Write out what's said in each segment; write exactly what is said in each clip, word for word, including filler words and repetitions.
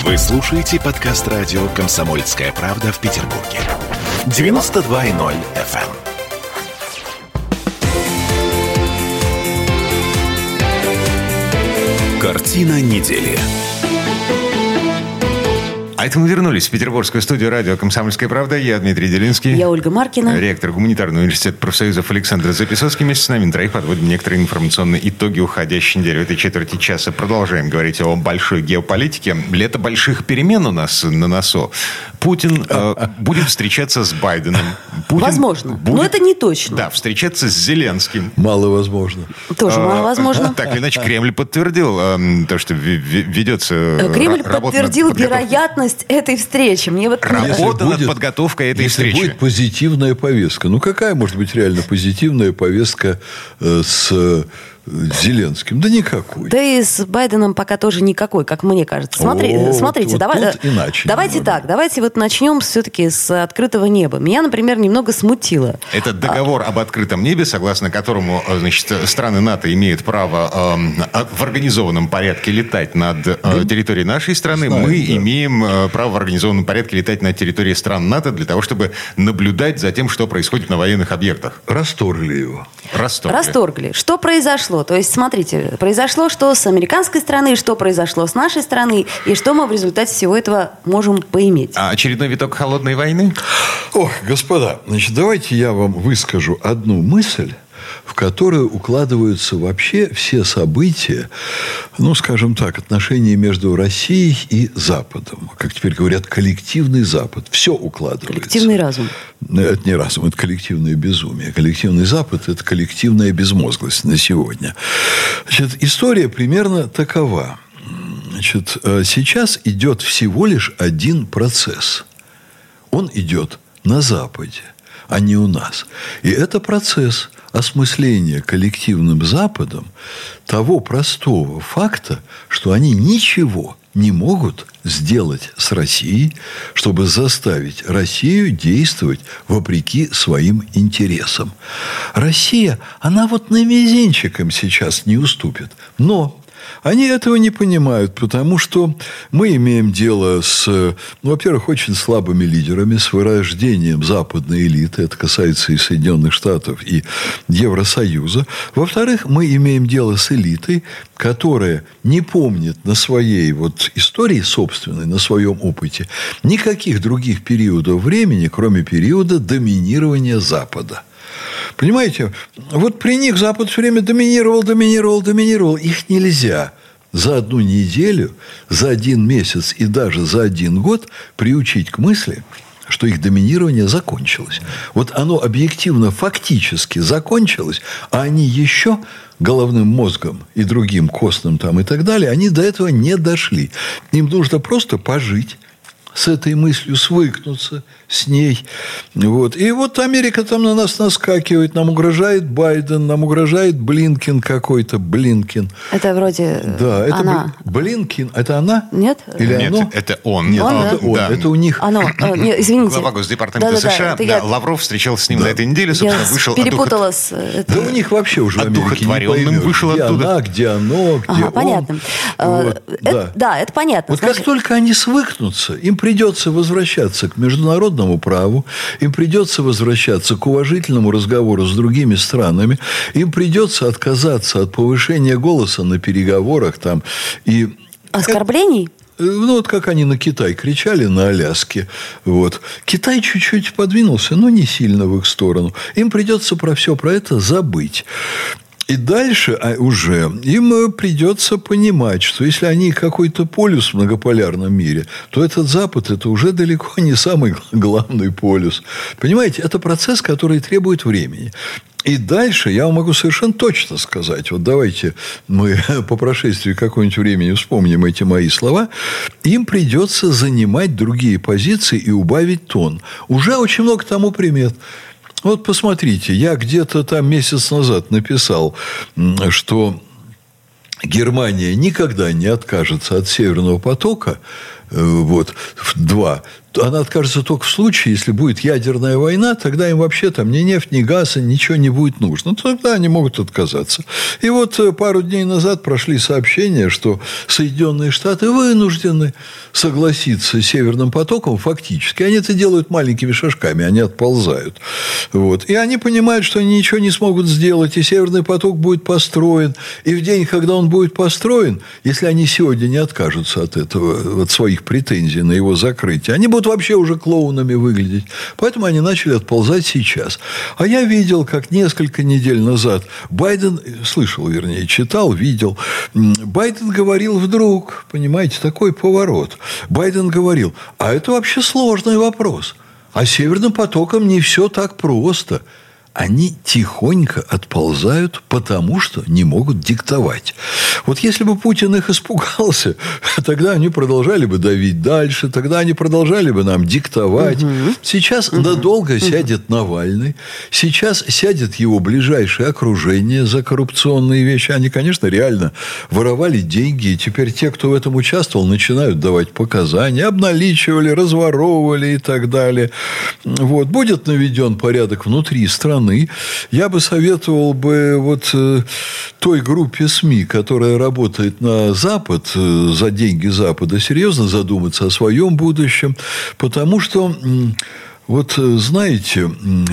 Вы слушаете подкаст радио «Комсомольская правда» в Петербурге. девяносто два и ноль эф эм. Картина недели. А это мы вернулись в петербургскую студию радио «Комсомольская правда». Я Дмитрий Делинский. Я Ольга Маркина. Ректор Гуманитарного университета профсоюзов Александр Записоцкий. Вместе с нами на троих подводим некоторые информационные итоги уходящей недели. В этой четверти часа продолжаем говорить о большой геополитике. Лето больших перемен у нас на носу. Путин э, будет встречаться с Байденом. Путин возможно. Будет, но это не точно. Да, встречаться с Зеленским. Маловозможно. Тоже а, маловозможно. Так или иначе, Кремль подтвердил э, то, что ведется... Кремль р- подтвердил вероятность этой встречи. Мне вот Работа будет, над подготовкой этой если встречи. Будет позитивная повестка. Ну, какая может быть реально позитивная повестка э, с э, Зеленским? Да никакой. Да и с Байденом пока тоже никакой, как мне кажется. Смотри, О, смотрите, вот давай, тут иначе давайте немного. так, давайте вот начнем все-таки с открытого неба. Меня, например, немного смутило. Это договор об открытом небе, согласно которому, значит, страны НАТО имеют право э, в организованном порядке летать над э, территорией нашей страны. Знаем, Мы да. имеем э, право в организованном порядке летать над территорией стран НАТО для того, чтобы наблюдать за тем, что происходит на военных объектах. Расторгли его. Расторгли. Расторгли. Что произошло? То есть, смотрите, произошло что с американской стороны, что произошло с нашей стороны, и что мы в результате всего этого можем поиметь. А очередной виток холодной войны? Ох, господа, значит, давайте я вам выскажу одну мысль, в которую укладываются вообще все события, ну, скажем так, отношения между Россией и Западом. Как теперь говорят, коллективный Запад. Все укладывается. Коллективный разум. Это не разум, это коллективное безумие. Коллективный Запад – это коллективная безмозглость на сегодня. Значит, история примерно такова. Значит, сейчас идет всего лишь один процесс. Он идет на Западе, а не у нас. И это процесс осмысления коллективным Западом того простого факта, что они ничего не могут сделать с Россией, чтобы заставить Россию действовать вопреки своим интересам. Россия, она вот на мизинчиком сейчас не уступит. Но они этого не понимают, потому что мы имеем дело с, ну, во-первых, очень слабыми лидерами, с вырождением западной элиты. Это касается и Соединенных Штатов, и Евросоюза. Во-вторых, мы имеем дело с элитой, которая не помнит на своей вот истории собственной, на своем опыте никаких других периодов времени, кроме периода доминирования Запада. Понимаете, вот при них Запад все время доминировал, доминировал, доминировал. Их нельзя за одну неделю, за один месяц и даже за один год приучить к мысли, что их доминирование закончилось. Вот оно объективно, фактически закончилось, а они еще головным мозгом и другим костным там и так далее, они до этого не дошли. Им нужно просто пожить с этой мыслью, свыкнуться с ней. Вот. И вот Америка там на нас наскакивает. Нам угрожает Байден, нам угрожает Блинкен какой-то. Блинкен. Это вроде да, это она. Блинкен. Это она? Нет? Или Нет, оно? это он. Нет, Он, это да? он. Да. Это у них... Оно. А, не, извините. Глава Госдепартамента Да-да-да, США, это да, я- Лавров встречался с ним Да. на этой неделе, собственно, Я вышел перепутала с... это- Да у них вообще уже в Америке не Одухотворенным поймешь, вышел где оттуда. она, где оно, где Ага, он. понятно. Вот, Э, да. это- Да, это понятно. Вот как Значит, только они свыкнутся, им придется возвращаться к международному праву, им придется возвращаться к уважительному разговору с другими странами, им придется отказаться от повышения голоса на переговорах там и... Оскорблений? Ну, вот как они на Китай кричали на Аляске. Вот. Китай чуть-чуть подвинулся, но не сильно в их сторону. Им придется про все про это забыть. И дальше уже им придется понимать, что если они какой-то полюс в многополярном мире, то этот Запад – это уже далеко не самый главный полюс. Понимаете, это процесс, который требует времени. И дальше я вам могу совершенно точно сказать, вот давайте мы по прошествии какого-нибудь времени вспомним эти мои слова, им придется занимать другие позиции и убавить тон. Уже очень много тому примет. Вот посмотрите, я где-то там месяц назад написал, что Германия никогда не откажется от Северного потока, вот, два, она откажется только в случае, если будет ядерная война, тогда им вообще там ни нефть, ни газ, ничего не будет нужно. Ну, тогда они могут отказаться. И вот пару дней назад прошли сообщения, что Соединенные Штаты вынуждены согласиться с Северным потоком фактически. Они это делают маленькими шажками, они отползают. Вот. И они понимают, что они ничего не смогут сделать, и Северный поток будет построен. И в день, когда он будет построен, если они сегодня не откажутся от этого, от своих претензий на его закрытие, они будут вообще уже клоунами выглядеть. Поэтому они начали отползать сейчас. А я видел, как несколько недель назад Байден, слышал, вернее, читал, видел, Байден говорил вдруг, понимаете, такой поворот. Байден говорил, а это вообще сложный вопрос. А Северным потоком не все так просто. Они тихонько отползают, потому что не могут диктовать. Вот если бы Путин их испугался, тогда они продолжали бы давить дальше, тогда они продолжали бы нам диктовать. Угу. Сейчас угу. надолго угу. сядет Навальный, сейчас сядет его ближайшее окружение за коррупционные вещи. Они, конечно, реально воровали деньги, и теперь те, кто в этом участвовал, начинают давать показания, обналичивали, разворовывали и так далее. Вот. Будет наведен порядок внутри страны. Я бы советовал бы вот той группе СМИ, которая работает на Запад, за деньги Запада, серьезно задуматься о своем будущем, потому что... Вот знаете,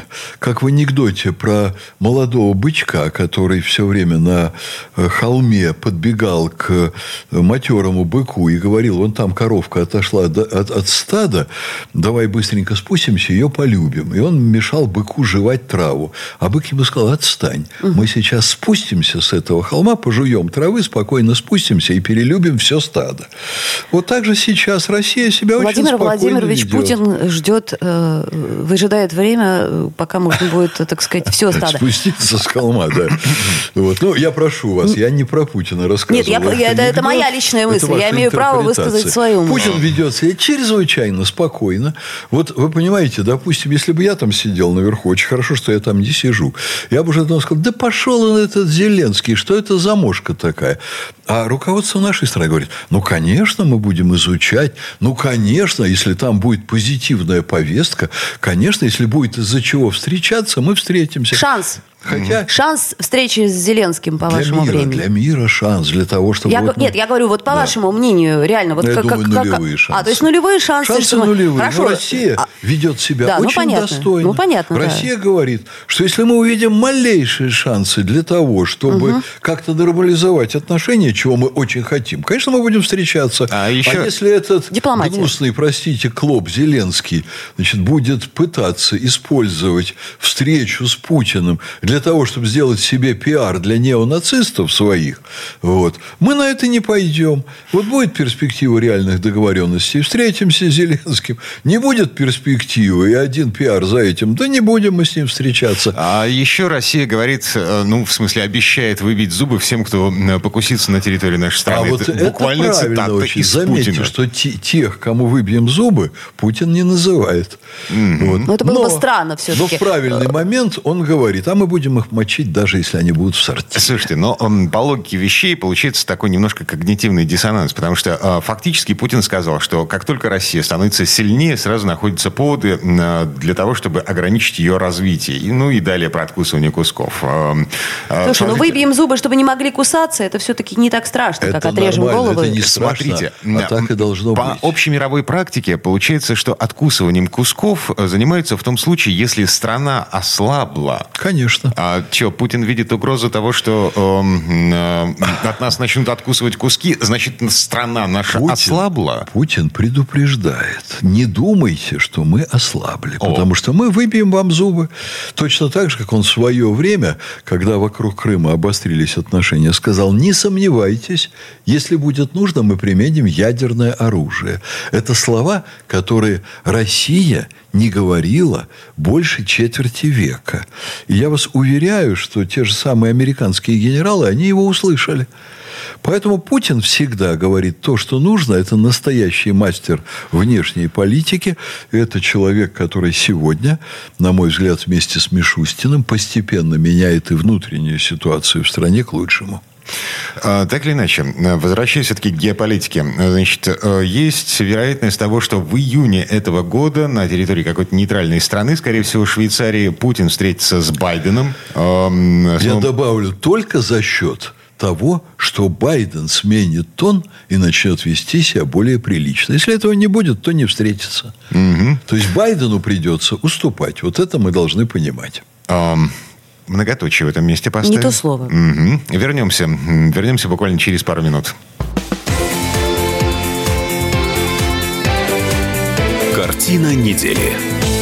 как в анекдоте про молодого бычка, который все время на холме подбегал к матерому быку и говорил, вон там коровка отошла от, от стада, давай быстренько спустимся, ее полюбим. И он мешал быку жевать траву. А бык ему сказал, отстань, мы сейчас спустимся с этого холма, пожуем травы, спокойно спустимся и перелюбим все стадо. Вот так же сейчас Россия себя Владимир очень спокойно Владимирович ведет. Путин ждет... выжидает время, пока можно будет, так сказать, все стадо. Спуститься с холма, да. Вот. Ну, я прошу вас, я не про Путина рассказываю. Нет, я, я, это, это моя личная мысль. Я имею право высказать свою мысль. Путин ведет себя чрезвычайно спокойно. Вот вы понимаете, допустим, если бы я там сидел наверху, очень хорошо, что я там не сижу, я бы уже давно сказал, да пошел он этот Зеленский, что это за мошка такая? А руководство нашей страны говорит, ну, конечно, мы будем изучать, ну, конечно, если там будет позитивная повестка, конечно, если будет из-за чего встречаться, мы встретимся. Шанс. Хотя... Шанс встречи с Зеленским, по для вашему мира, времени. Для мира шанс, для того, чтобы... Я, вот, нет, ну... я говорю, вот по да. вашему мнению, реально... Вот я как, думаю, как, нулевые как... шансы. А, то есть нулевые шансы. Шансы что мы... нулевые. Хорошо. Но Россия а... ведет себя да, очень ну, понятно. достойно. Ну, понятно, Россия да. говорит, что если мы увидим малейшие шансы для того, чтобы угу. как-то нормализовать отношения, чего мы очень хотим, конечно, мы будем встречаться. А, еще... а если этот Дипломатия. гнусный, простите, клоп Зеленский, значит, будет пытаться использовать встречу с Путиным для того, чтобы сделать себе пиар для неонацистов своих, вот, мы на это не пойдем. Вот будет перспектива реальных договоренностей, встретимся с Зеленским. Не будет перспективы и один пиар за этим, да не будем мы с ним встречаться. А еще Россия говорит, ну, в смысле, обещает выбить зубы всем, кто покусится на территории нашей страны. А вот это буквально правильно очень. Из Заметьте, Путина. что тех, кому выбьем зубы, Путин не называет. Mm-hmm. Вот. Но это было но, бы странно все-таки. Но в правильный момент он говорит, а мы будем их мочить, даже если они будут в сорте. Слушайте, но он, по логике вещей получается такой немножко когнитивный диссонанс, потому что э, фактически Путин сказал, что как только Россия становится сильнее, сразу находятся поводы э, для того, чтобы ограничить ее развитие. И, ну и далее про откусывание кусков. Э, э, Слушай, ну выбьем зубы, чтобы не могли кусаться, это все-таки не так страшно, это как отрежем головы. Это не страшно, Смотрите, а так и должно по быть. По общемировой практике получается, что откусыванием кусков занимаются в том случае, если страна ослабла. Конечно. А что, Путин видит угрозу того, что э, э, от нас начнут откусывать куски, значит, страна наша Путин, ослабла? Путин предупреждает. Не думайте, что мы ослабли. О. Потому что мы выбьем вам зубы. Точно так же, как он в свое время, когда вокруг Крыма обострились отношения, сказал, не сомневайтесь, если будет нужно, мы применим ядерное оружие. Это слова, которые Россия не говорила больше четверти века. И я вас уверяю, что те же самые американские генералы, они его услышали. Поэтому Путин всегда говорит то, что нужно. Это настоящий мастер внешней политики. Это человек, который сегодня, на мой взгляд, вместе с Мишустиным постепенно меняет и внутреннюю ситуацию в стране к лучшему. Так или иначе, возвращаясь все-таки к геополитике, значит, есть вероятность того, что в июне этого года на территории какой-то нейтральной страны, скорее всего, Швейцарии, Путин встретится с Байденом. Я добавлю, только за счет того, что Байден сменит тон и начнет вести себя более прилично. Если этого не будет, то не встретится. Угу. То есть Байдену придется уступать. Вот это мы должны понимать. Um... Многоточие в этом месте поставим. Не то слово. Угу. Вернемся. Вернемся буквально через пару минут. Картина недели.